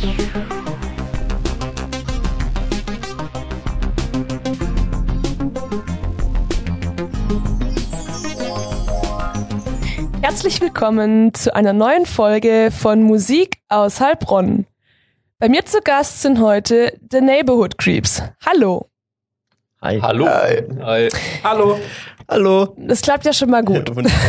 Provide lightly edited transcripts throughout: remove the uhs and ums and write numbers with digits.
Herzlich willkommen zu einer neuen Folge von Musik aus Heilbronn. Bei mir zu Gast sind heute The Neighborhood Creeps. Hallo. Hi. Hallo. Hi. Hi. Hallo. Hallo. Das klappt ja schon mal gut.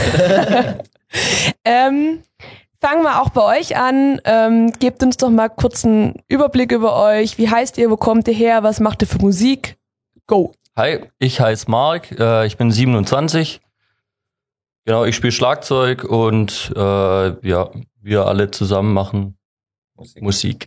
Fangen wir auch bei euch an. Gebt uns doch mal kurz einen Überblick über euch. Wie heißt ihr? Wo kommt ihr her? Was macht ihr für Musik? Go. Hi, ich heiße Marc. Ich bin 27. Genau, ich spiele Schlagzeug und ja, wir alle zusammen machen Musik.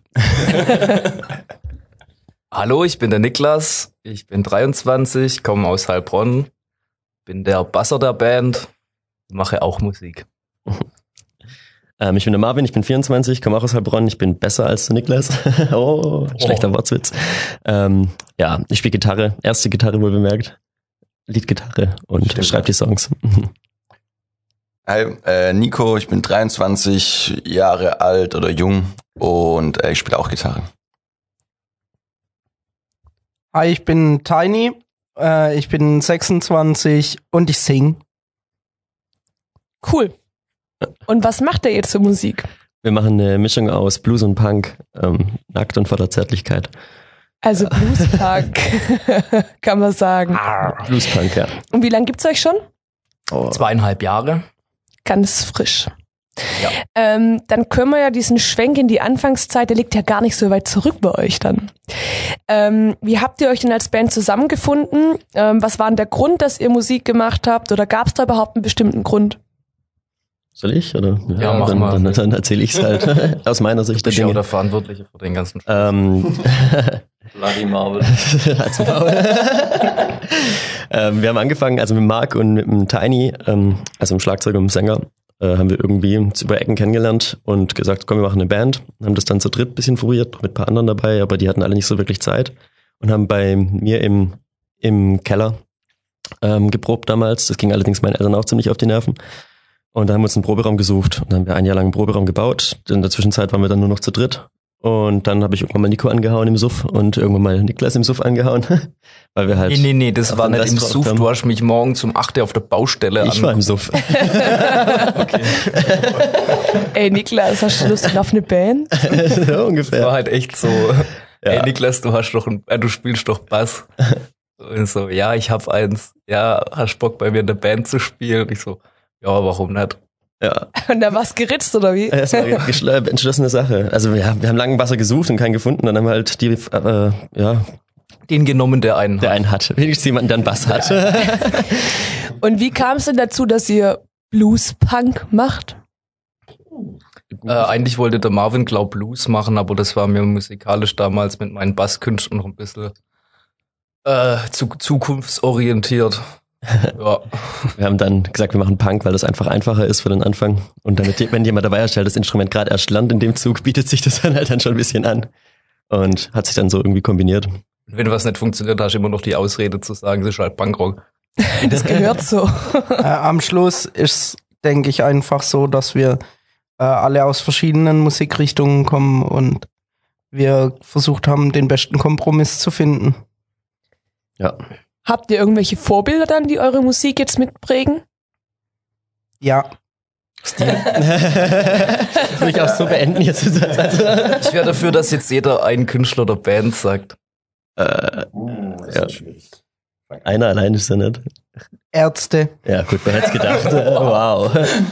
Hallo, ich bin der Niklas, ich bin 23, komme aus Heilbronn, bin der Basser der Band, mache auch Musik. Ich bin der Marvin, ich bin 24, komme auch aus Heilbronn, ich bin besser als der Niklas. Schlechter Wortwitz. Ja, ich spiele Gitarre, erste Gitarre wohl bemerkt, Leadgitarre und schreibe die Songs. Hi, Nico, ich bin 23 Jahre alt oder jung und ich spiele auch Gitarre. Hi, ich bin Tiny, ich bin 26 und ich sing. Cool. Und was macht ihr jetzt zur Musik? Wir machen eine Mischung aus Blues und Punk, nackt und voller Zärtlichkeit. Also Blues-Punk, kann man sagen. Blues-Punk, ja. Und wie lange gibt's euch schon? 2,5 Jahre. Ganz frisch. Ja. Dann können wir ja diesen Schwenk in die Anfangszeit, der liegt ja gar nicht so weit zurück bei euch dann. Wie habt ihr euch denn als Band zusammengefunden? Was war denn der Grund, dass ihr Musik gemacht habt? Oder gab es da überhaupt einen bestimmten Grund? Soll ich? Oder? Ja, mach mal. Dann erzähle ich es halt aus meiner Sicht Du bist der ja auch Dinge. der Verantwortliche für den ganzen Spaß. Bloody Marvel. Als Maul. Wir haben angefangen, also mit Marc und mit dem Tiny, also dem Schlagzeuger und dem Sänger, haben wir irgendwie über Ecken kennengelernt und gesagt, komm, wir machen eine Band. Haben das dann zu dritt ein bisschen probiert, mit ein paar anderen dabei, aber die hatten alle nicht so wirklich Zeit. Und haben bei mir im Keller geprobt damals. Das ging allerdings meinen Eltern auch ziemlich auf die Nerven. Und da haben wir uns einen Proberaum gesucht. Und dann haben wir ein Jahr lang einen Proberaum gebaut. In der Zwischenzeit waren wir dann nur noch zu dritt. Und dann habe ich irgendwann mal Nico angehauen im Suff und irgendwann mal Niklas im Suff angehauen. Weil wir halt. Nee, das war nicht im Suff. Du hast mich morgens um 8 Uhr auf der Baustelle Ich war im Suff. Okay. Ey Niklas, hast du Lust auf eine Band? So ungefähr. War halt echt so, Ja. Ey Niklas, du spielst doch Bass. Und so, ja, ich hab eins. Ja, hast Bock bei mir in der Band zu spielen? Und ich so, ja, warum nicht? Ja. Und da war's geritzt, oder wie? Es war eine entschlossene Sache. Also wir haben lange Wasser gesucht und keinen gefunden. Dann haben wir halt Den genommen, der einen der einen hat. Wenigstens jemanden, der einen Bass hat. Und wie kam es denn dazu, dass ihr Blues-Punk macht? Eigentlich wollte der Marvin, Blues machen, aber das war mir musikalisch damals mit meinen Basskünsten noch ein bisschen zukunftsorientiert. Ja. Wir haben dann gesagt, wir machen Punk, weil das einfach einfacher ist für den Anfang. Und damit, wenn jemand dabei erstellt, das Instrument gerade erst lernt in dem Zug, bietet sich das dann halt dann schon ein bisschen an. Und hat sich dann so irgendwie kombiniert. Wenn was nicht funktioniert, hast du immer noch die Ausrede zu sagen, es ist halt Punkrock. Das gehört so. Am Schluss ist, denke ich, einfach so, dass wir alle aus verschiedenen Musikrichtungen kommen und wir versucht haben, den besten Kompromiss zu finden. Ja. Habt ihr irgendwelche Vorbilder dann, die eure Musik jetzt mitprägen? Ja. Würde ich auch so beenden jetzt. Also, Ich wäre dafür, dass jetzt jeder einen Künstler der Band sagt. ja. Einer allein ist er nicht. Ärzte. Ja, gut, man hätte es gedacht. Wow.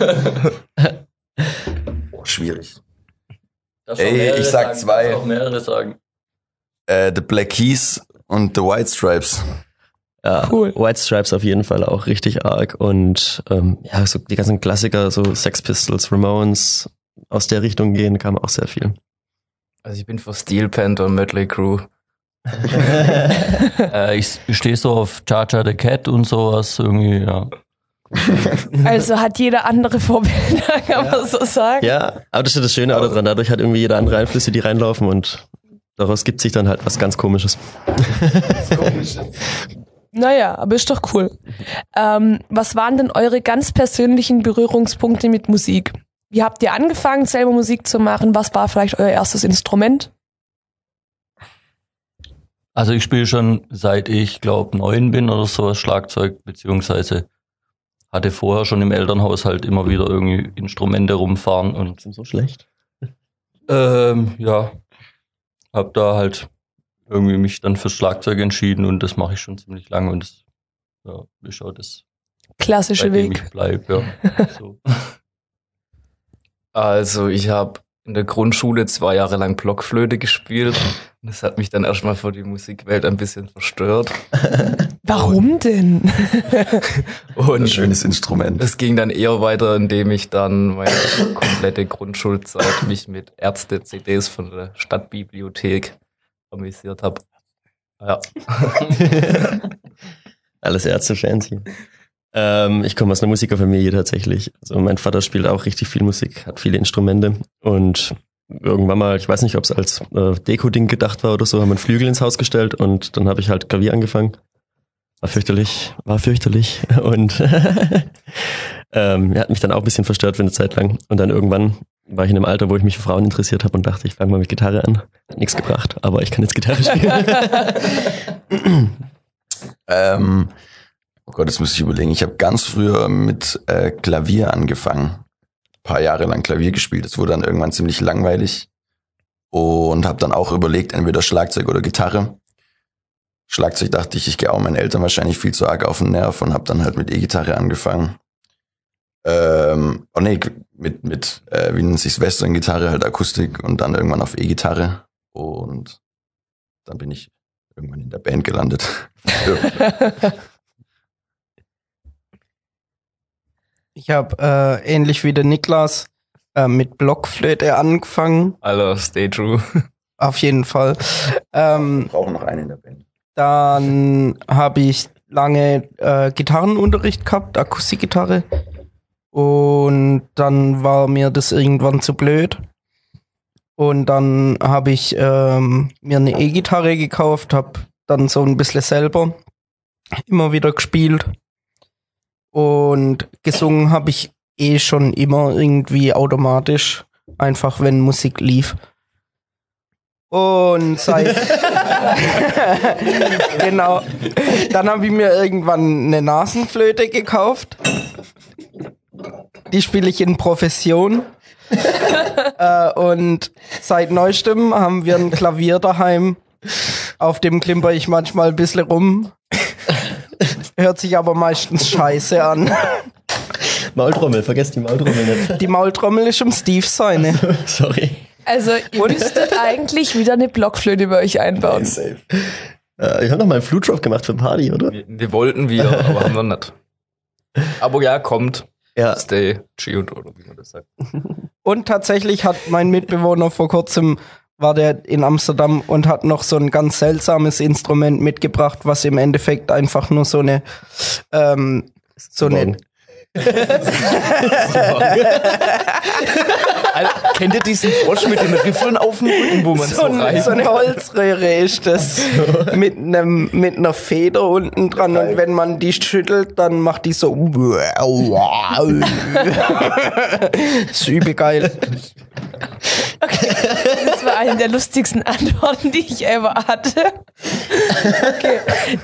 Schwierig. Das Ey, ich sag zwei. Auch mehrere sagen. The Black Keys und The White Stripes. Ja, Cool. White Stripes auf jeden Fall auch richtig arg. Und ja, so die ganzen Klassiker, so Sex Pistols, Ramones, aus der Richtung gehen, kam auch sehr viel. Also ich bin für Steel Panther und Mötley Crüe. Ich stehe so auf Charger the Cat und sowas irgendwie, ja. Also hat jeder andere Vorbilder, kann man so sagen. Ja, aber das ist ja das Schöne auch daran. Dadurch hat irgendwie jeder andere Einflüsse, die reinlaufen und daraus gibt sich dann halt was ganz Komisches. Naja, aber ist doch cool. Was waren denn eure ganz persönlichen Berührungspunkte mit Musik? Wie habt ihr angefangen, selber Musik zu machen? Was war vielleicht euer erstes Instrument? Also ich spiele schon seit ich glaube 9 bin oder so Schlagzeug, beziehungsweise hatte vorher schon im Elternhaushalt immer wieder irgendwie Instrumente rumfahren und Sind so schlecht. ja, hab da halt irgendwie mich dann fürs Schlagzeug entschieden und das mache ich schon ziemlich lange und das ist auch das, Klassische bei dem Weg. ich bleib, ja. So. Also ich habe in der Grundschule 2 Jahre lang Blockflöte gespielt. Und das hat mich dann erstmal für die Musikwelt ein bisschen verstört. Warum denn? Und Ein schönes Instrument. es ging dann eher weiter, indem ich dann meine komplette Grundschulzeit mich mit Ärzte-CDs von der Stadtbibliothek amüsiert habe. Ja. Alles Ärzte-Fans hier. Ich komme aus einer Musikerfamilie tatsächlich. Also mein Vater spielt auch richtig viel Musik, hat viele Instrumente und irgendwann mal, ich weiß nicht, ob es als Deko-Ding gedacht war oder so, haben wir einen Flügel ins Haus gestellt und dann habe ich halt Klavier angefangen. War fürchterlich und er hat mich dann auch ein bisschen verstört für eine Zeit lang und dann irgendwann war ich in einem Alter, wo ich mich für Frauen interessiert habe und dachte, ich fange mal mit Gitarre an. Hat nichts gebracht, aber ich kann jetzt Gitarre spielen. Oh Gott, jetzt muss ich überlegen. Ich habe ganz früher mit Klavier angefangen. Ein paar Jahre lang Klavier gespielt. Das wurde dann irgendwann ziemlich langweilig. Und habe dann auch überlegt, entweder Schlagzeug oder Gitarre. Schlagzeug dachte ich gehe auch meinen Eltern wahrscheinlich viel zu arg auf den Nerv und habe dann halt mit E-Gitarre angefangen. Mit wie nennt sich's, Western-Gitarre, halt Akustik und dann irgendwann auf E-Gitarre. Und dann bin ich irgendwann in der Band gelandet. Ich habe ähnlich wie der Niklas mit Blockflöte angefangen. Alter, stay true. Auf jeden Fall. Wir brauchen noch einen in der Band. Dann habe ich lange Gitarrenunterricht gehabt, Akustikgitarre. Und dann war mir das irgendwann zu blöd. Und dann habe ich mir eine E-Gitarre gekauft, habe dann so ein bisschen selber immer wieder gespielt. Und gesungen habe ich schon immer irgendwie automatisch, einfach wenn Musik lief. Und genau. Dann habe ich mir irgendwann eine Nasenflöte gekauft. Die spiele ich in Profession. Und seit neuestem haben wir ein Klavier daheim. Auf dem klimper ich manchmal ein bisschen rum. Hört sich aber meistens scheiße an. Maultrommel, vergesst die Maultrommel nicht. Die Maultrommel ist um Steve seine. Sorry. Also ihr müsstet eigentlich wieder eine Blockflöte bei euch einbauen. Safe. Ich habe noch mal einen Flute Drop gemacht für Party, oder? Wir wollten wir, aber haben wir nicht. Aber ja, kommt. Ja. Stay tuned, oder wie man das sagt. Und tatsächlich hat mein Mitbewohner vor kurzem, war der in Amsterdam und hat noch so ein ganz seltsames Instrument mitgebracht, was im Endeffekt einfach nur so eine Kennt ihr diesen Frosch mit den Riffeln auf dem Rücken, wo man so so eine Holzröhre ist das mit einer Feder unten dran und wenn man die schüttelt, dann macht die so ist übel geil. Okay, das war eine der lustigsten Antworten, die ich ever hatte. Okay.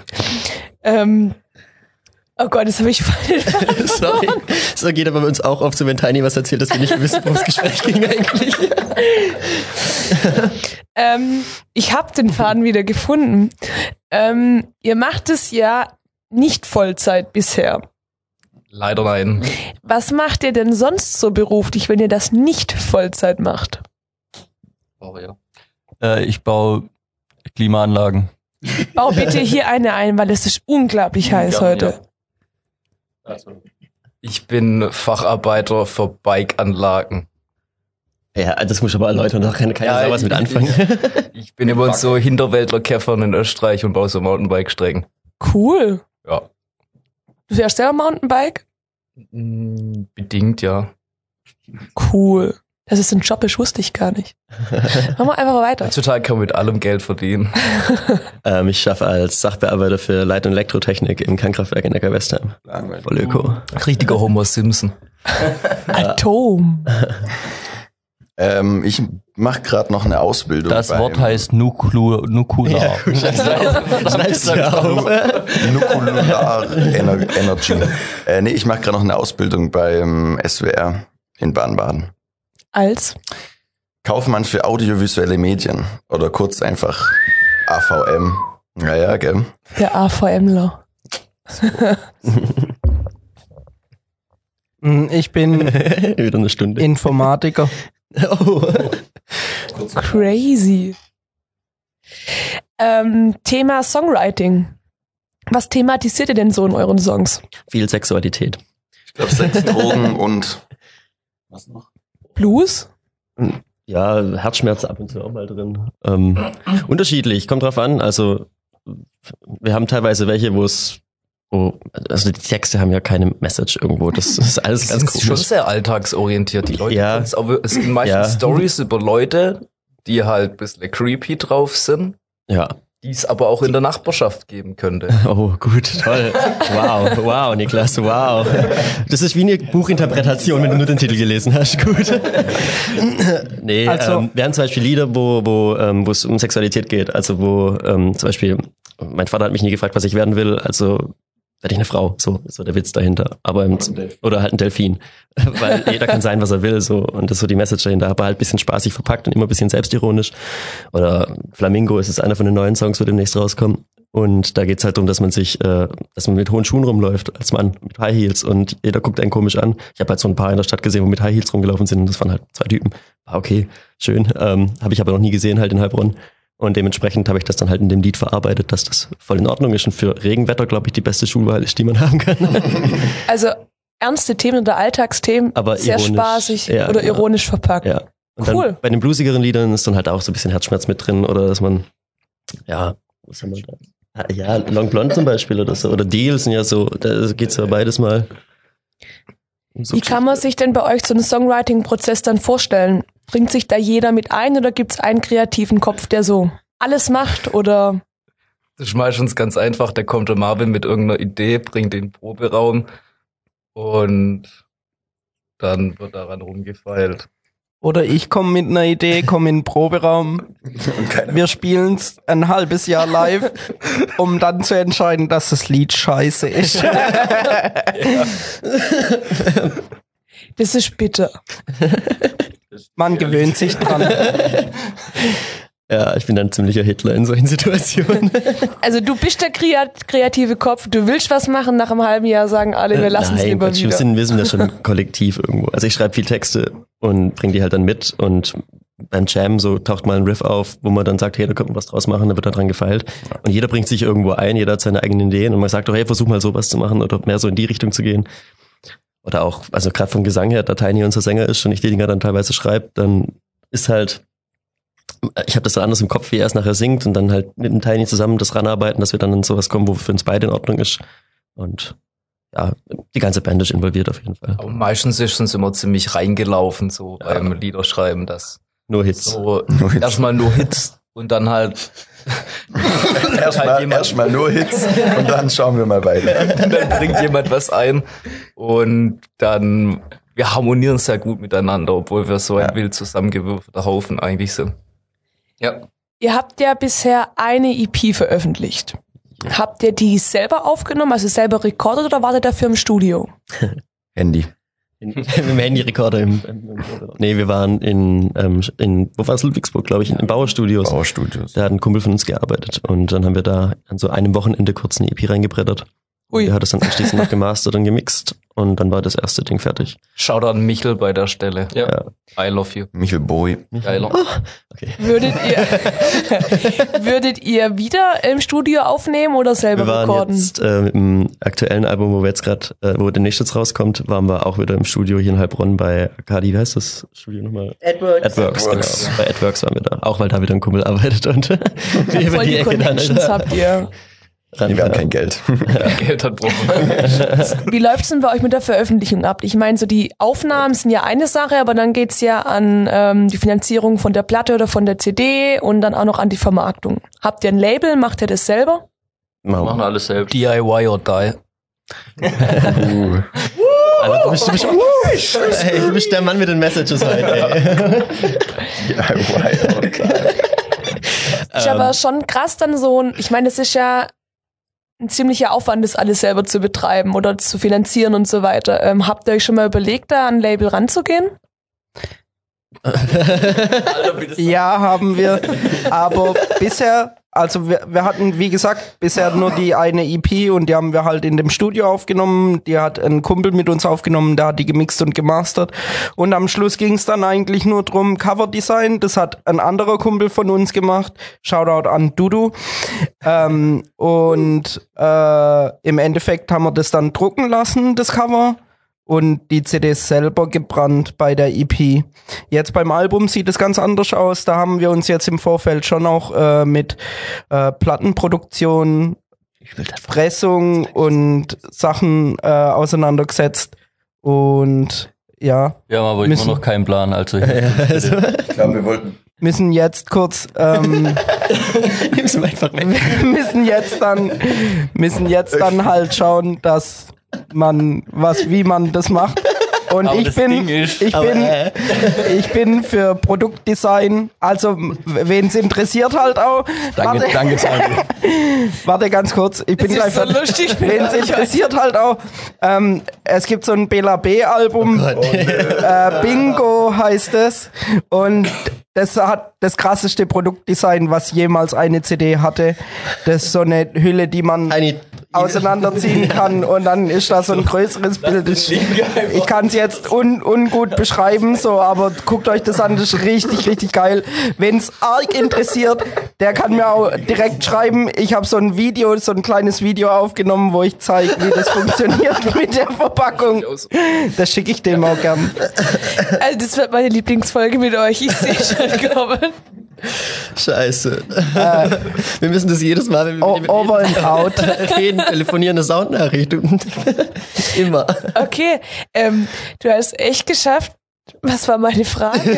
Oh Gott, das habe ich falsch verstanden. Sorry. So geht aber bei uns auch oft so, wenn Tiny was erzählt, dass wir nicht wissen, worum das Gespräch ging eigentlich. Ich habe den Faden wieder gefunden. Ihr macht es ja nicht Vollzeit bisher. Leider nein. Was macht ihr denn sonst so beruflich, wenn ihr das nicht Vollzeit macht? Oh, ja. Ich baue Klimaanlagen. Bau bitte hier eine ein, weil es ist unglaublich heiß Ja, heute. ja. Also. Ich bin Facharbeiter für Bike-Anlagen. Ja, das muss ich aber erläutern, da kann keiner was mit anfangen. Ich bin immer so Hinterwäldler-Käffern in Österreich und baue so Mountainbike-Strecken. Cool. Ja. Du fährst selber Mountainbike? Bedingt, ja. Cool. Das ist ein Job, das wusste ich gar nicht. Machen wir einfach weiter. Heutzutage kann man mit allem Geld verdienen. Ich schaffe als Sachbearbeiter für Leit- und Elektrotechnik im Kernkraftwerk in Neckarwestheim. Langweilig. Voll Öko. Richtiger Homer Simpson. Atom. Ich mache gerade noch eine Ausbildung. Das Wort heißt nukular. Schreibst du auf. Nukular Energy. Ich mache gerade noch eine Ausbildung beim SWR in Baden-Baden. Als? Kaufmann für audiovisuelle Medien. Oder kurz einfach AVM. Ja, gell? Der AVMler. Ich bin Wieder eine Stunde. Informatiker. Oh. Crazy. Thema Songwriting. Was thematisiert ihr denn so in euren Songs? Viel Sexualität. Ich glaube, Sex, Drogen und was noch? Blues? Ja, Herzschmerz ab und zu auch mal drin. Unterschiedlich, kommt drauf an. Also wir haben teilweise welche, also die Texte haben ja keine Message irgendwo. Das ist alles ganz Das ist schon komisch. sehr alltagsorientiert. Die Leute, Ja. es sind meistens Stories über Leute, die halt ein bisschen creepy drauf sind, Ja. die es aber auch in der Nachbarschaft geben könnte. Oh, gut, toll. Wow, Niklas, wow. Das ist wie eine Buchinterpretation, wenn du nur den Titel gelesen hast. Gut. Nee, Also- wir haben zum Beispiel Lieder, wo es um Sexualität geht. Also wo zum Beispiel, mein Vater hat mich nie gefragt, was ich werden will, also werde ich eine Frau. So der Witz dahinter. Aber oder halt ein Delfin. Weil jeder kann sein, was er will. So. Und das ist so die Message dahinter. Aber halt ein bisschen spaßig verpackt und immer ein bisschen selbstironisch. Oder Flamingo ist einer von den neuen Songs, wo demnächst rauskommen. Und da geht's halt darum, dass man mit hohen Schuhen rumläuft als Mann, mit High Heels. Und jeder guckt einen komisch an. Ich habe halt so ein paar in der Stadt gesehen, wo mit High Heels rumgelaufen sind. Und das waren halt 2 Typen. War okay, schön. Habe ich aber noch nie gesehen halt in Heilbronn. Und dementsprechend habe ich das dann halt in dem Lied verarbeitet, dass das voll in Ordnung ist und für Regenwetter, glaube ich, die beste Schulwahl ist, die man haben kann. Also ernste Themen oder Alltagsthemen, Aber sehr ironisch. spaßig Ja, oder ja. ironisch verpackt. Ja. Und Cool. dann bei den bluesigeren Liedern ist dann halt auch so ein bisschen Herzschmerz mit drin oder dass man, ja, was haben wir da? Ja, Long Blonde zum Beispiel oder so. Oder Deals sind ja so, da geht's ja beides mal. So Wie kann man sich denn bei euch so einen Songwriting-Prozess dann vorstellen? Bringt sich da jeder mit ein oder gibt's einen kreativen Kopf, der so alles macht oder? Das ist meistens ganz einfach, da kommt der Marvin mit irgendeiner Idee, bringt den Proberaum und dann wird daran rumgefeilt. Oder ich komme mit einer Idee, komme in den Proberaum. Wir spielen's ein halbes Jahr live, um dann zu entscheiden, dass das Lied scheiße ist. Das ist bitter. Man gewöhnt sich dran. Ja, ich bin dann ein ziemlicher Hitler in solchen Situationen. Also du bist der kreative Kopf, du willst was machen, nach einem halben Jahr sagen alle, wir lassen es Nein, lieber Quatsch, wieder. wir sind ja schon kollektiv irgendwo. Also ich schreibe viel Texte und bringe die halt dann mit und beim Jam so taucht mal ein Riff auf, wo man dann sagt, hey, da könnte man was draus machen, da wird da dran gefeilt. Und jeder bringt sich irgendwo ein, jeder hat seine eigenen Ideen und man sagt doch, hey, versuch mal sowas zu machen oder mehr so in die Richtung zu gehen. Oder auch, also gerade vom Gesang her, da Tiny unser Sänger ist und ich die Dinger dann teilweise schreibe, dann ist halt, ich habe das dann anders im Kopf, wie er es nachher singt und dann halt mit dem Tiny zusammen das ranarbeiten, dass wir dann an sowas kommen, wo für uns beide in Ordnung ist. Und ja, die ganze Band ist involviert auf jeden Fall. Aber meistens ist uns immer ziemlich reingelaufen, so beim Liederschreiben, dass Nur Hits. so erstmal nur Hits und dann halt Erstmal nur Hits und dann schauen wir mal weiter. dann bringt jemand was ein und dann wir harmonieren sehr gut miteinander, obwohl wir so ein wild zusammengewürfelter Haufen eigentlich sind. Ja. Ihr habt ja bisher eine EP veröffentlicht. Habt ihr die selber aufgenommen, also selber recordet oder wartet dafür im Studio? Handy. Mit dem Handy-Rekorder Nee, wir waren wo war es, Ludwigsburg, glaube ich, in Bauerstudios. Bauerstudios. Da hat ein Kumpel von uns gearbeitet und dann haben wir da an so einem Wochenende kurz eine EP reingebrettert. Ui. Der hat es dann anschließend noch gemastert und gemixt und dann war das erste Ding fertig. Shoutout an Michel bei der Stelle. Ja. I love you. Michel Boy. Geiler. Okay. Würdet ihr wieder im Studio aufnehmen oder selber Wir waren recorden? jetzt im aktuellen Album, wo wir jetzt gerade, wo der nächste jetzt rauskommt, waren wir auch wieder im Studio hier in Heilbronn bei Arcadi. Wie heißt das Studio nochmal? AdWorks, genau. Bei AdWorks waren wir da. Auch weil da wieder ein Kumpel arbeitet und wir über Voll die Ecke dann Connections habt ihr. Nee, wir haben kein Geld. Geld hat brauchen. Wie läuft's denn bei euch mit der Veröffentlichung ab? Ich meine, so die Aufnahmen sind ja eine Sache, aber dann geht's ja an die Finanzierung von der Platte oder von der CD und dann auch noch an die Vermarktung. Habt ihr ein Label? Macht ihr das selber? Wir machen alles selbst. DIY or die. Alter, du bist der Mann mit den Messages heute, ey. Ist aber schon krass dann so ein, ich meine, es ist ja ein ziemlicher Aufwand, das alles selber zu betreiben oder zu finanzieren und so weiter. Habt ihr euch schon mal überlegt, da an ein Label ranzugehen? Ja, haben wir. Aber bisher, also wir hatten, wie gesagt, bisher nur die eine EP und die haben wir halt in dem Studio aufgenommen. Die hat ein Kumpel mit uns aufgenommen, der hat die gemixt und gemastert. Und am Schluss ging es dann eigentlich nur drum Coverdesign. Das hat ein anderer Kumpel von uns gemacht. Shoutout an Dudu. Und im Endeffekt haben wir das dann drucken lassen, das Cover. Und die CD selber gebrannt bei der EP. Jetzt beim Album sieht es ganz anders aus. Da haben wir uns jetzt im Vorfeld schon auch mit Plattenproduktion, Pressung und Sachen auseinandergesetzt. Und ja. Wir haben aber immer noch keinen Plan. Also Ich glaube, wir wollten. Müssen jetzt kurz Nimm's ihm einfach weg. müssen jetzt dann halt schauen, dass wie man das macht. Und Aber ich das bin Ding ist- ich bin für Produktdesign, also wen es interessiert halt auch. Danke, Tani. Warte ganz kurz, ich bin Das gleich ist so lustig. Wen es interessiert halt auch. Es gibt so ein Bela B Album, Bingo heißt es, und das hat das krasseste Produktdesign, was jemals eine CD hatte. Das ist so eine Hülle, die man auseinanderziehen kann und dann ist da so ein größeres Bild. Ich kann es jetzt ungut beschreiben, so, aber guckt euch das an, das ist richtig, richtig geil. Wenn es arg interessiert, der kann mir auch direkt schreiben. Ich habe so ein kleines Video aufgenommen, wo ich zeige, wie das funktioniert mit der Verpackung. Das schicke ich dem auch gern. Also das wird meine Lieblingsfolge mit euch. Ich sehe schon kommen. Scheiße. Wir müssen das jedes Mal, wenn wir mit Over and out. reden, telefonieren, eine Soundnachricht. Immer. Okay, du hast echt geschafft. Was war meine Frage?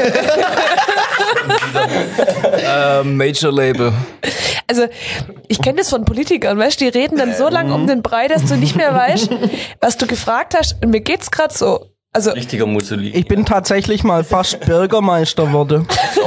Major Label. Also, ich kenne das von Politikern, weißt du, die reden dann so lange um den Brei, dass du nicht mehr weißt, was du gefragt hast. Und mir geht's gerade so. Also, Richtiger Mussolini. Ich bin tatsächlich mal fast Bürgermeister wurde.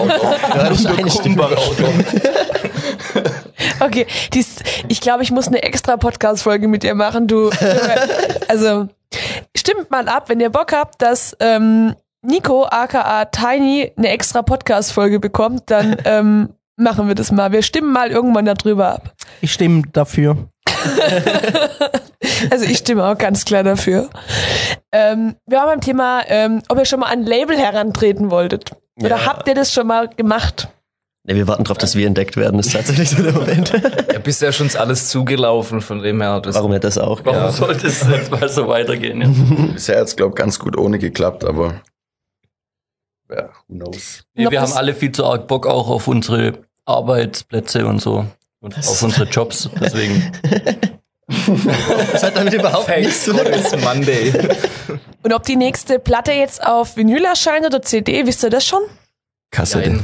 okay, ich glaube, ich muss eine extra Podcast-Folge mit dir machen, du. Also, stimmt mal ab, wenn ihr Bock habt, dass Nico, aka Tiny, eine extra Podcast-Folge bekommt, dann machen wir das mal. Wir stimmen mal irgendwann darüber ab. Ich stimme dafür. Also ich stimme auch ganz klar dafür. Wir haben beim Thema, ob ihr schon mal an ein Label herantreten wolltet. Oder habt ihr das schon mal gemacht? Ne, wir warten drauf, dass wir entdeckt werden, ist tatsächlich so der Moment. Ja, bisher schon alles zugelaufen, von dem her. Warum hätte das auch? Warum sollte es jetzt mal so weitergehen? Ja? Bisher hat es, glaube ich, ganz gut ohne geklappt, aber ja, who knows. Wir haben alle viel zu arg Bock auch auf unsere Arbeitsplätze und so. Und auf unsere Jobs, deswegen. Das hat damit überhaupt nichts zu tun. It's Monday. Und ob die nächste Platte jetzt auf Vinyl erscheint oder CD, wisst ihr das schon? Kassette.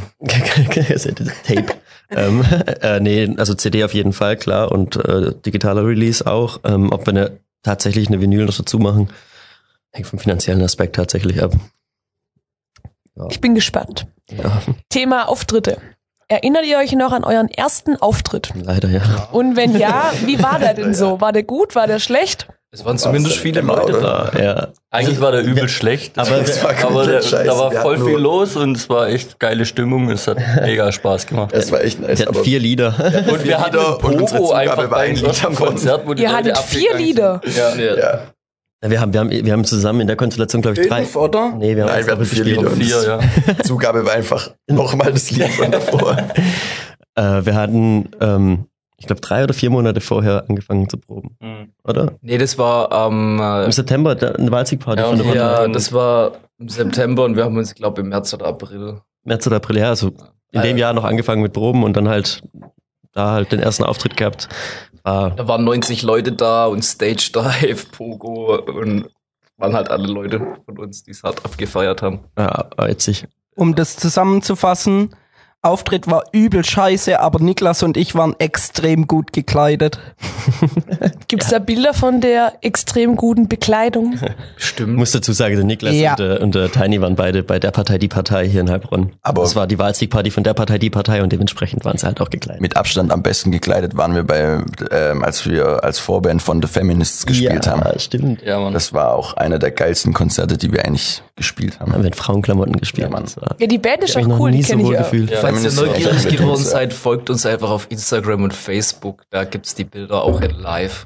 Tape. Nee, also CD auf jeden Fall, klar. Und digitaler Release auch. Ob wir tatsächlich eine Vinyl noch dazu machen, hängt vom finanziellen Aspekt tatsächlich ab. Ja. Ich bin gespannt. Ja, Thema Auftritte. Erinnert ihr euch noch an euren ersten Auftritt? leider ja. Und wenn ja, wie war der denn so? War der gut? War der schlecht? Es waren zumindest viele Leute da. Ja. Eigentlich war der übel schlecht, aber Das war aber komplett scheiße. da war Wir voll hatten viel nur- los und es war echt geile Stimmung. Es hat mega Spaß gemacht. Es war echt nice. Wir hatten aber 4 Lieder. Und wir hatten Lieder und unsere Pogo Zugabe einfach war ein beim Lied davon. Konzert, wo die Ihr Leute hattet 4 abgegangen Lieder. sind. Ja. ja. Wir haben zusammen in der Konstellation, glaube ich, 3. 5, oder? Nee, wir haben Nein, wir hatten 4 Lieder. Und 4, ja. die Zugabe war einfach nochmal das Lied von davor. Wir hatten, ich glaube, 3 oder 4 Monate vorher angefangen zu proben, Mhm. oder? Nee, das war Im September, eine Walzig-Party Ja, von der und Wand. ja, das war im September und wir haben uns, glaube ich, im März oder April. März oder April, ja, also in dem Jahr noch angefangen mit Proben und dann halt den ersten Auftritt gehabt. Da waren 90 Leute da und Stage Dive, Pogo und waren halt alle Leute von uns, die es hart abgefeiert haben. Ja, witzig. Um das zusammenzufassen, Auftritt war übel scheiße, aber Niklas und ich waren extrem gut gekleidet. Gibt's da Bilder von der extrem guten Bekleidung? Ich Stimmt. muss dazu sagen, der Niklas Ja. und der Tiny waren beide bei der Partei, die Partei hier in Heilbronn. Aber- das war die Wahlsiegparty von der Partei, die Partei und dementsprechend waren sie halt auch gekleidet. Mit Abstand am besten gekleidet waren wir als wir als Vorband von The Feminists gespielt haben. Stimmt. Ja, Mann. Das war auch einer der geilsten Konzerte, die wir eigentlich gespielt haben. Haben wir in Frauenklamotten gespielt. Ja, Mann. Das war- Ja, die Band ist Ich hab auch mich noch cool, die nie so kenne ich wohl ja. gefühlt. Ja. Falls ihr Feminist war auch neugierig mit geworden uns, seid, folgt uns einfach auf Instagram und Facebook. Da gibt's die Bilder auch in live.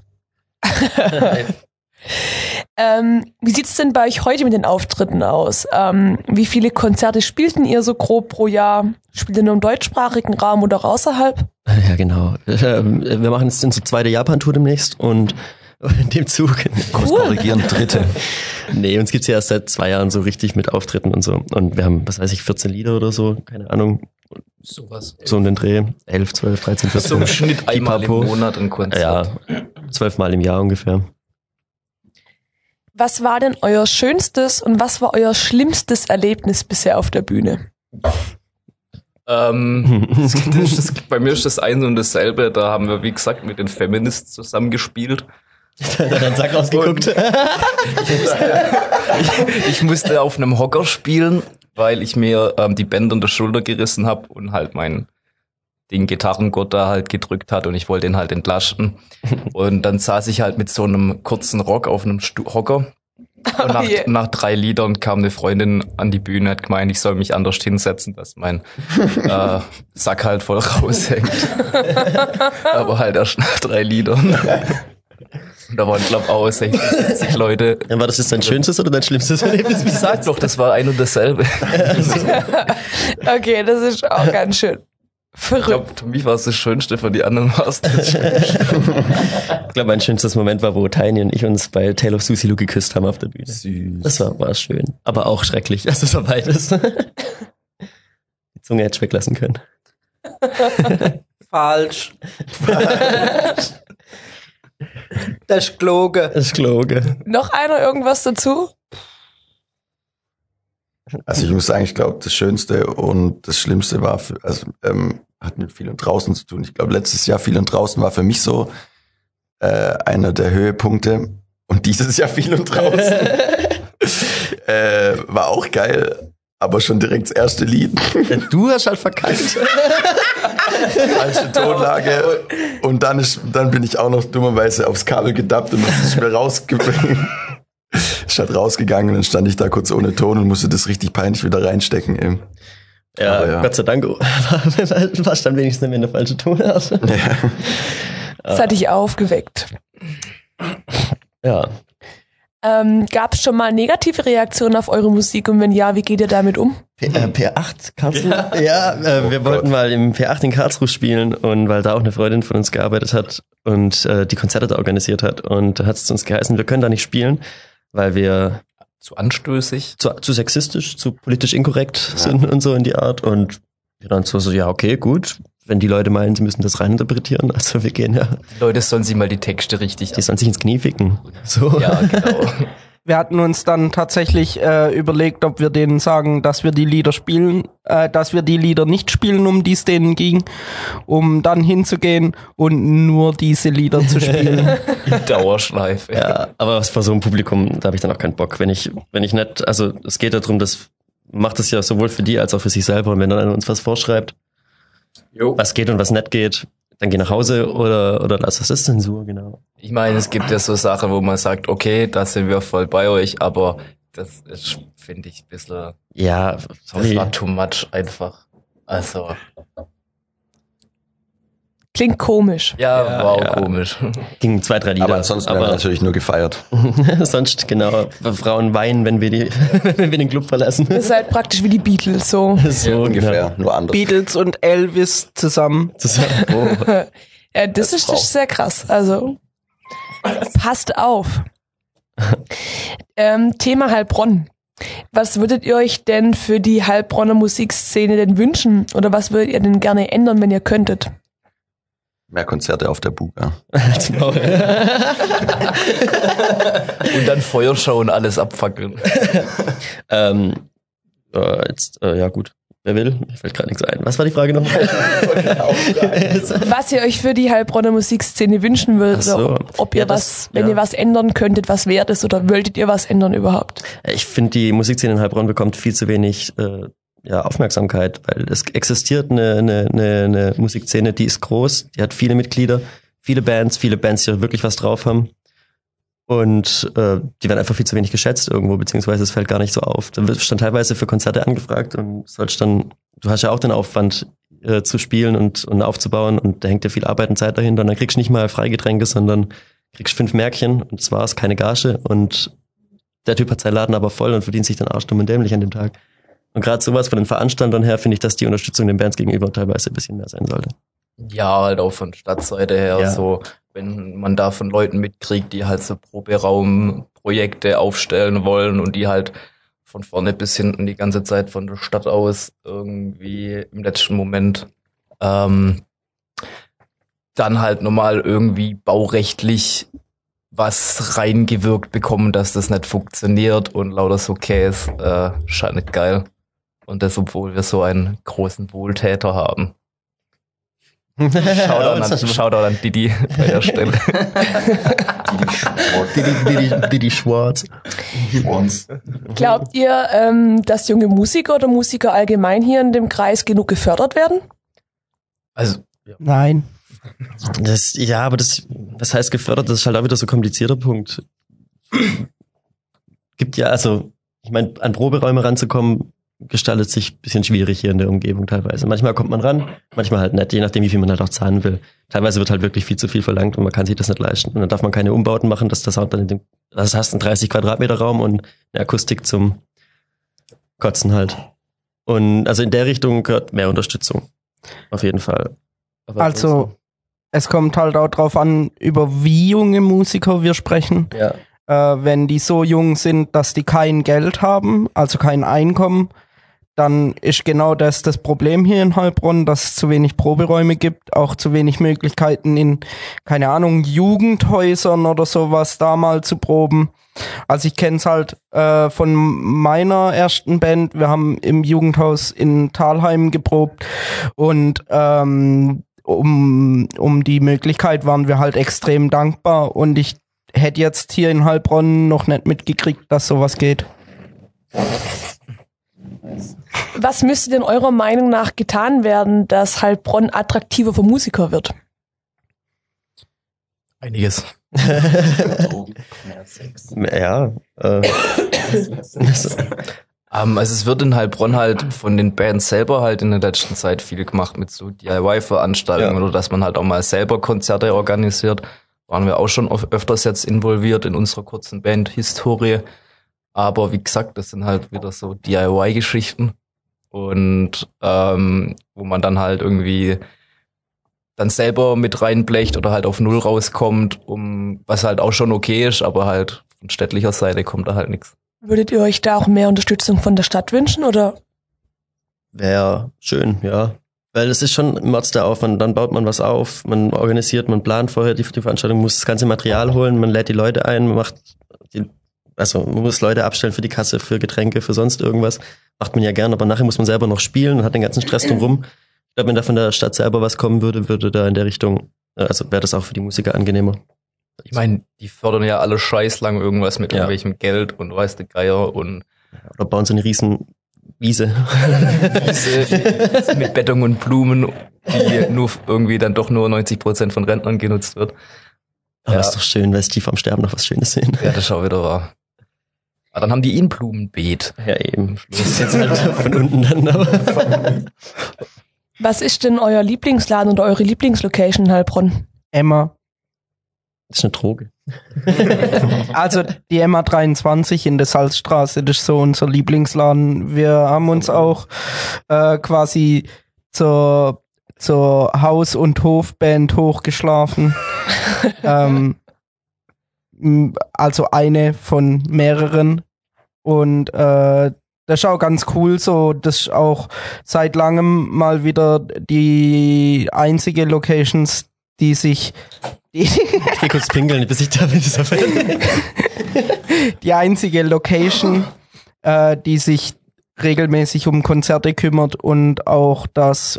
Wie sieht's denn bei euch heute mit den Auftritten aus? Wie viele Konzerte spielten ihr so grob pro Jahr? Spielt ihr nur im deutschsprachigen Raum oder auch außerhalb? Ja, genau. Wir machen jetzt unsere zweite Japan-Tour demnächst und in dem Zug. Kurz korrigieren, dritte. Nee, uns gibt's ja erst seit 2 Jahren so richtig mit Auftritten und so. Und wir haben, 14 Lieder oder so, keine Ahnung, Sowas. so um den Dreh. 11, 12, 13, 14. So im Schnitt einmal im Pipapo. Monat ein Konzert. Ja, 12 Mal im Jahr ungefähr. Was war denn euer schönstes und was war euer schlimmstes Erlebnis bisher auf der Bühne? Bei mir ist das eins und dasselbe. Da haben wir, wie gesagt, mit den Feminists zusammen gespielt. Dann hat er den Sack rausgeguckt. Ich musste auf einem Hocker spielen, weil ich mir die Bänder in der Schulter gerissen habe und halt den Gitarrengurt da halt gedrückt hat und ich wollte ihn halt entlasten. Und dann saß ich halt mit so einem kurzen Rock auf einem Hocker. Und je. nach 3 Liedern kam eine Freundin an die Bühne, hat gemeint, ich soll mich anders hinsetzen, dass mein Sack halt voll raushängt. Aber halt erst nach 3 Liedern. Und da waren, glaube ich, auch 60, 70 Leute. Dann war das jetzt dein schönstes oder dein schlimmstes Erlebnis? Ich sag doch, das war ein und dasselbe. Okay, das ist auch ganz schön Ich verrückt. glaube, für mich war es das Schönste, für die anderen war es das Schönste. Ich glaube, mein schönstes Moment war, wo Tiny und ich uns bei Tale of Susie Lou geküsst haben auf der Bühne. Süß. Das war schön. Aber auch schrecklich. Also es war beides. Die Zunge hätte ich weglassen können. Falsch. Das ist gelogen. Das ist gelogen. Noch einer irgendwas dazu? Also ich muss sagen, ich glaube, das Schönste und das Schlimmste war, hat mit viel und draußen zu tun. Ich glaube, letztes Jahr viel und draußen war für mich so einer der Höhepunkte. Und dieses Jahr viel und draußen war auch geil, aber schon direkt das erste Lied. Du hast halt verkackt. Falsche Tonlage. Und dann bin ich auch noch dummerweise aufs Kabel gedappt und das ist mir rausgegangen. Ist halt rausgegangen und dann stand ich da kurz ohne Ton und musste das richtig peinlich wieder reinstecken. Eben. Ja, Aber ja. Gott sei Dank war dann wenigstens nicht mehr eine falsche Tonart. Das hat dich aufgeweckt. Ja. Gab es schon mal negative Reaktionen auf eure Musik und wenn ja, wie geht ihr damit um? P8 Karlsruhe? Ja, wir wollten mal im P8 in Karlsruhe spielen und weil da auch eine Freundin von uns gearbeitet hat und die Konzerte da organisiert hat und da hat es uns geheißen, wir können da nicht spielen, weil wir Zu anstößig. zu sexistisch, zu politisch inkorrekt sind und so in die Art und wir dann so, ja okay, gut, wenn die Leute meinen, sie müssen das reininterpretieren, also wir gehen ja, Die Leute sollen sich mal die Texte richtig die sollen sich ins Knie ficken. So. Ja, genau. Wir hatten uns dann tatsächlich überlegt, ob wir denen sagen, dass wir die Lieder spielen, dass wir die Lieder nicht spielen, um die es denen ging, um dann hinzugehen und nur diese Lieder zu spielen. Dauerschleife. Ja, aber vor so einem Publikum, da habe ich dann auch keinen Bock. Wenn ich nicht, also es geht darum, dass macht es ja sowohl für die als auch für sich selber. Und wenn dann einer uns was vorschreibt, was geht und was nicht geht, dann geh nach Hause oder lass das Zensur, genau. Ich meine, es gibt ja so Sachen, wo man sagt, okay, da sind wir voll bei euch, aber das ist, finde ich, ein bisschen, Ja, das sorry. war too much einfach. Also, Klingt komisch. ja, war auch ja. komisch. Ging 2, 3 Lieder. Aber ansonsten haben wir natürlich nur gefeiert. sonst, genau, Frauen weinen, wenn wir den Club verlassen. Ihr seid praktisch wie die Beatles, so. So Ungefähr, nur anders. Beatles und Elvis zusammen. Zusammen. Oh. Ja, das ist sehr krass. Also, passt auf. Thema Heilbronn. Was würdet ihr euch denn für die Heilbronner Musikszene denn wünschen? Oder was würdet ihr denn gerne ändern, wenn ihr könntet? Mehr Konzerte auf der Buga. Als Maul. Und dann Feuerschau und alles abfackeln. Ja gut. Wer will? Mir fällt gerade nichts ein. Was war die Frage nochmal? Was ihr euch für die Heilbronner Musikszene wünschen würdet, So. ob ihr wenn ihr was ändern könntet, was wäre das oder wolltet ihr was ändern überhaupt? Ich finde, die Musikszene in Heilbronn bekommt viel zu wenig Aufmerksamkeit, weil es existiert eine Musikszene, die ist groß, die hat viele Mitglieder, viele Bands, die wirklich was drauf haben. Und die werden einfach viel zu wenig geschätzt irgendwo, beziehungsweise es fällt gar nicht so auf. Dann wirst du dann teilweise für Konzerte angefragt und du hast ja auch den Aufwand zu spielen und aufzubauen und da hängt ja viel Arbeit und Zeit dahinter und dann kriegst du nicht mal Freigetränke, sondern kriegst 5 Märkchen und das war's, keine Gage und der Typ hat seinen Laden aber voll und verdient sich dann arschdumm und dämlich an dem Tag. Und gerade sowas von den Veranstaltern her finde ich, dass die Unterstützung den Bands gegenüber teilweise ein bisschen mehr sein sollte. Ja, halt auch von Stadtseite her, Ja. so, wenn man da von Leuten mitkriegt, die halt so Proberaumprojekte aufstellen wollen und die halt von vorne bis hinten die ganze Zeit von der Stadt aus irgendwie im letzten Moment dann halt normal irgendwie baurechtlich was reingewirkt bekommen, dass das nicht funktioniert und lauter so Käse, scheint nicht geil. Und das, obwohl wir so einen großen Wohltäter haben. Shoutout an Didi bei der Stelle. Didi Schwarz. Glaubt ihr, dass junge Musiker oder Musiker allgemein hier in dem Kreis genug gefördert werden? Also, Nein. Was heißt gefördert? Das ist halt auch wieder so ein komplizierter Punkt. Gibt ja, also, ich meine, an Proberäume ranzukommen, gestaltet sich ein bisschen schwierig hier in der Umgebung teilweise. Manchmal kommt man ran, manchmal halt nicht, je nachdem, wie viel man halt auch zahlen will. Teilweise wird halt wirklich viel zu viel verlangt und man kann sich das nicht leisten. Und dann darf man keine Umbauten machen, dass das auch dann das hast einen 30 Quadratmeter Raum und eine Akustik zum Kotzen halt. Und also in der Richtung gehört mehr Unterstützung. Auf jeden Fall. Aber Also, es kommt halt auch drauf an, über wie junge Musiker wir sprechen. ja. Wenn die so jung sind, dass die kein Geld haben, also kein Einkommen, dann ist genau das Problem hier in Heilbronn, dass es zu wenig Proberäume gibt, auch zu wenig Möglichkeiten in, keine Ahnung, Jugendhäusern oder sowas da mal zu proben. Also ich kenne es halt von meiner ersten Band, wir haben im Jugendhaus in Thalheim geprobt und um die Möglichkeit waren wir halt extrem dankbar und ich hätte jetzt hier in Heilbronn noch nicht mitgekriegt, dass sowas geht. Was müsste denn eurer Meinung nach getan werden, dass Heilbronn attraktiver für Musiker wird? einiges. Ja. Also es wird in Heilbronn halt von den Bands selber halt in der letzten Zeit viel gemacht mit so DIY-Veranstaltungen oder dass man halt auch mal selber Konzerte organisiert. Waren wir auch schon öfters jetzt involviert in unserer kurzen Band-Historie. Aber wie gesagt, das sind halt wieder so DIY-Geschichten. Und wo man dann halt irgendwie dann selber mit reinblecht oder halt auf Null rauskommt, was halt auch schon okay ist, aber halt von städtlicher Seite kommt da halt nichts. Würdet ihr euch da auch mehr Unterstützung von der Stadt wünschen, oder? Wäre schön, ja. Weil es ist schon Mords der Aufwand. Dann baut man was auf, man organisiert, man plant vorher die Veranstaltung, muss das ganze Material holen, man lädt die Leute ein, man muss Leute abstellen für die Kasse, für Getränke, für sonst irgendwas. Macht man ja gern, aber nachher muss man selber noch spielen und hat den ganzen Stress drumherum. Ich glaube, wenn da von der Stadt selber was kommen würde da in der Richtung, also wäre das auch für die Musiker angenehmer. Ich meine, die fördern ja alle scheißlang irgendwas mit irgendwelchem Geld und weiß der Geier und Oder bauen so eine riesen Wiese. mit Bettung und Blumen, die nur irgendwie dann doch nur 90% von Rentnern genutzt wird. Aber ist doch schön, weil die vom Sterben noch was Schönes sehen. Ja, das ist auch wieder wahr. Aber dann haben die ein Blumenbeet. Ja, eben. Schluss. Jetzt halt von unten dann, aber. Was ist denn euer Lieblingsladen oder eure Lieblingslocation in Heilbronn? Emma. Das ist eine Droge. Also die Emma 23 in der Salzstraße, das ist so unser Lieblingsladen. Wir haben uns auch quasi zur Haus- und Hofband hochgeschlafen. Also eine von mehreren. Und das ist auch ganz cool so. Das ist auch seit langem mal wieder die einzige Locations, die sich Ich geh kurz pinkeln, bis ich da bin. die einzige Location, die sich regelmäßig um Konzerte kümmert und auch, dass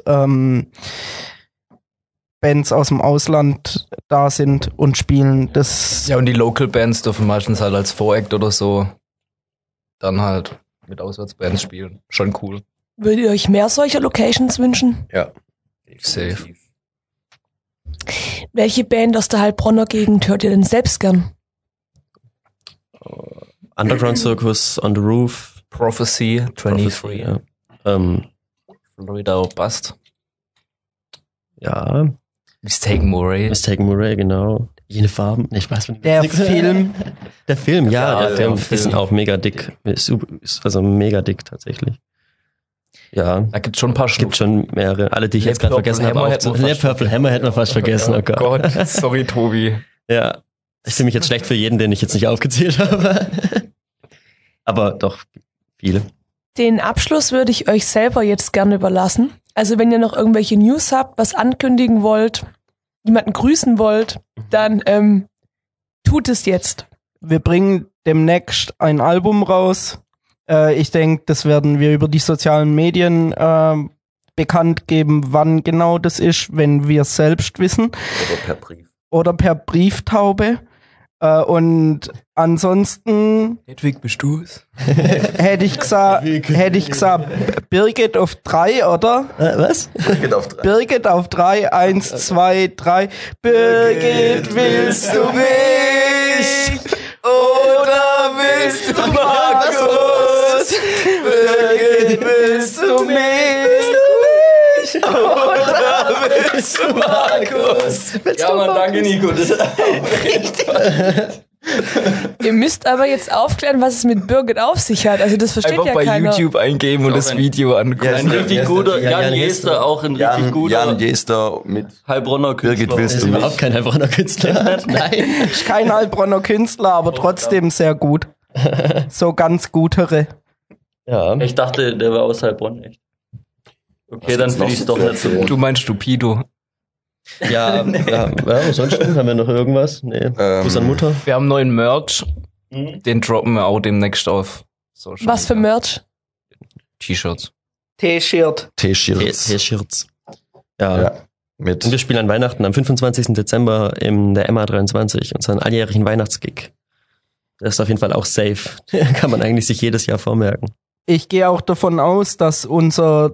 Bands aus dem Ausland da sind und spielen. Das Ja, und die Local Bands dürfen meistens halt als Voract oder so dann halt mit Auswärtsbands spielen. Schon cool. Würdet ihr euch mehr solcher Locations wünschen? Ja. Safe. Welche Band aus der Heilbronner Gegend hört ihr denn selbst gern? Underground Circus, On the Roof. Prophecy, 23. Ja. Florida Bust. Ja, Mistaken Murray. Mistaken Murray, genau. Jene Farben. Ich weiß nicht. der Film, Der Film, ja, Ja, der Film. der Die sind auch mega dick. Ist also mega dick tatsächlich. Ja, Da gibt's schon ein paar gibt schon mehrere. Alle, die ich jetzt gerade Purple vergessen habe. Hammer hätten wir fast Purple Hammer hätten wir fast vergessen. Oh Gott. Sorry, Tobi. Ja, ich fühle mich jetzt schlecht für jeden, den ich jetzt nicht aufgezählt habe. Aber doch, viele. Den Abschluss würde ich euch selber jetzt gerne überlassen. Also wenn ihr noch irgendwelche News habt, was ankündigen wollt, jemanden grüßen wollt, dann tut es jetzt. wir bringen demnächst ein Album raus. Ich denke, das werden wir über die sozialen Medien bekannt geben, wann genau das ist, wenn wir es selbst wissen. Oder per Brief. Oder per Brieftaube. Und ansonsten Hedwig, bist du's? hätte ich gesagt, Birgit auf 3, oder? Was? Geht auf 3. Birgit auf 3, 1, 2, 3. Birgit, willst du mich? Oder willst du Markus? Birgit, willst du mich? Oder willst du Markus? Ja, Mann, danke, Nico. Das Ihr müsst aber jetzt aufklären, was es mit Birgit auf sich hat. Also das versteht Einfach ja bei keiner. YouTube eingeben und das Video angucken. ein richtig guter Jan Jester, auch ein richtig guter Jan Jester mit Heilbronner Künstler. Birgit, willst Das du ist mich? überhaupt kein Heilbronner Künstler. Nein. Ist kein Heilbronner Künstler, aber trotzdem sehr gut. So ganz gutere. Ja. Ich dachte, der war aus Heilbronn, echt. Okay, dann finde ich es doch nicht so gut. Du meinst Stupido. Ja, ansonsten haben wir noch irgendwas? Nee. Gruß an Mutter. Wir haben neuen Merch. Den droppen wir auch demnächst auf Social Was für Media. Merch? T-Shirts. T-Shirt. T-Shirts. T-Shirts. Ja. Ja. Und wir Mit spielen an Weihnachten am 25. Dezember in der MA23, unseren alljährigen Weihnachtsgig. Das ist auf jeden Fall auch safe. Kann man eigentlich sich jedes Jahr vormerken. Ich gehe auch davon aus, dass unser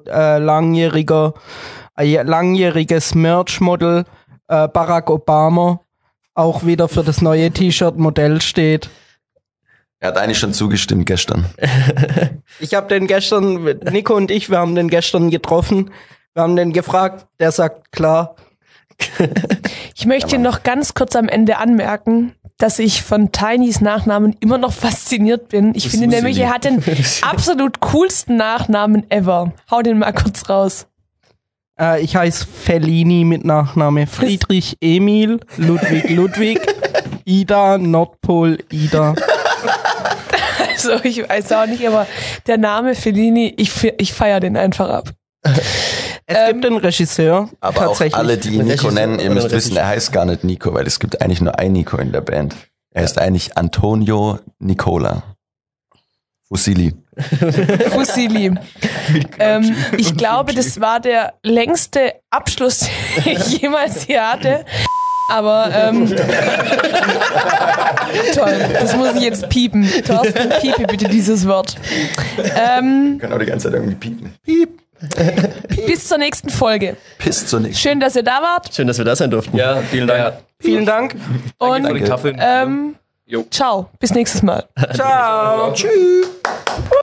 langjähriges Merch-Model Barack Obama auch wieder für das neue T-Shirt-Modell steht. er hat eigentlich schon zugestimmt gestern. Ich habe den gestern, Nico und ich, wir haben den gestern getroffen. Wir haben den gefragt, der sagt klar. Ich möchte noch ganz kurz am Ende anmerken, dass ich von Tinys Nachnamen immer noch fasziniert bin. Ich finde nämlich, er hat den absolut coolsten Nachnamen ever. Hau den mal kurz raus. Ich heiße Fellini mit Nachname. Friedrich Emil, Ludwig, Ida, Nordpol, Ida. Also ich weiß auch nicht, aber der Name Fellini, ich feiere den einfach ab. Es gibt einen Regisseur, Aber tatsächlich. auch alle, die ihn Und Nico Regisseur- nennen, ihr oder müsst wissen, Regisseur. er heißt gar nicht Nico, weil es gibt eigentlich nur ein Nico in der Band. Er ist eigentlich Antonio Nicola Fusili. Fussili. Ich glaube, das war der längste Abschluss, den ich jemals hier hatte. Aber toll, das muss ich jetzt piepen. Thorsten, piepe bitte dieses Wort. Können auch die ganze Zeit irgendwie piepen. Piep. Bis zur nächsten Folge. Piss zur nächsten. Schön, dass ihr da wart. Schön, dass wir da sein durften. Ja, vielen Dank. Vielen Dank. Und Für die Tafeln. ciao, bis nächstes Mal. Ciao. Tschüss.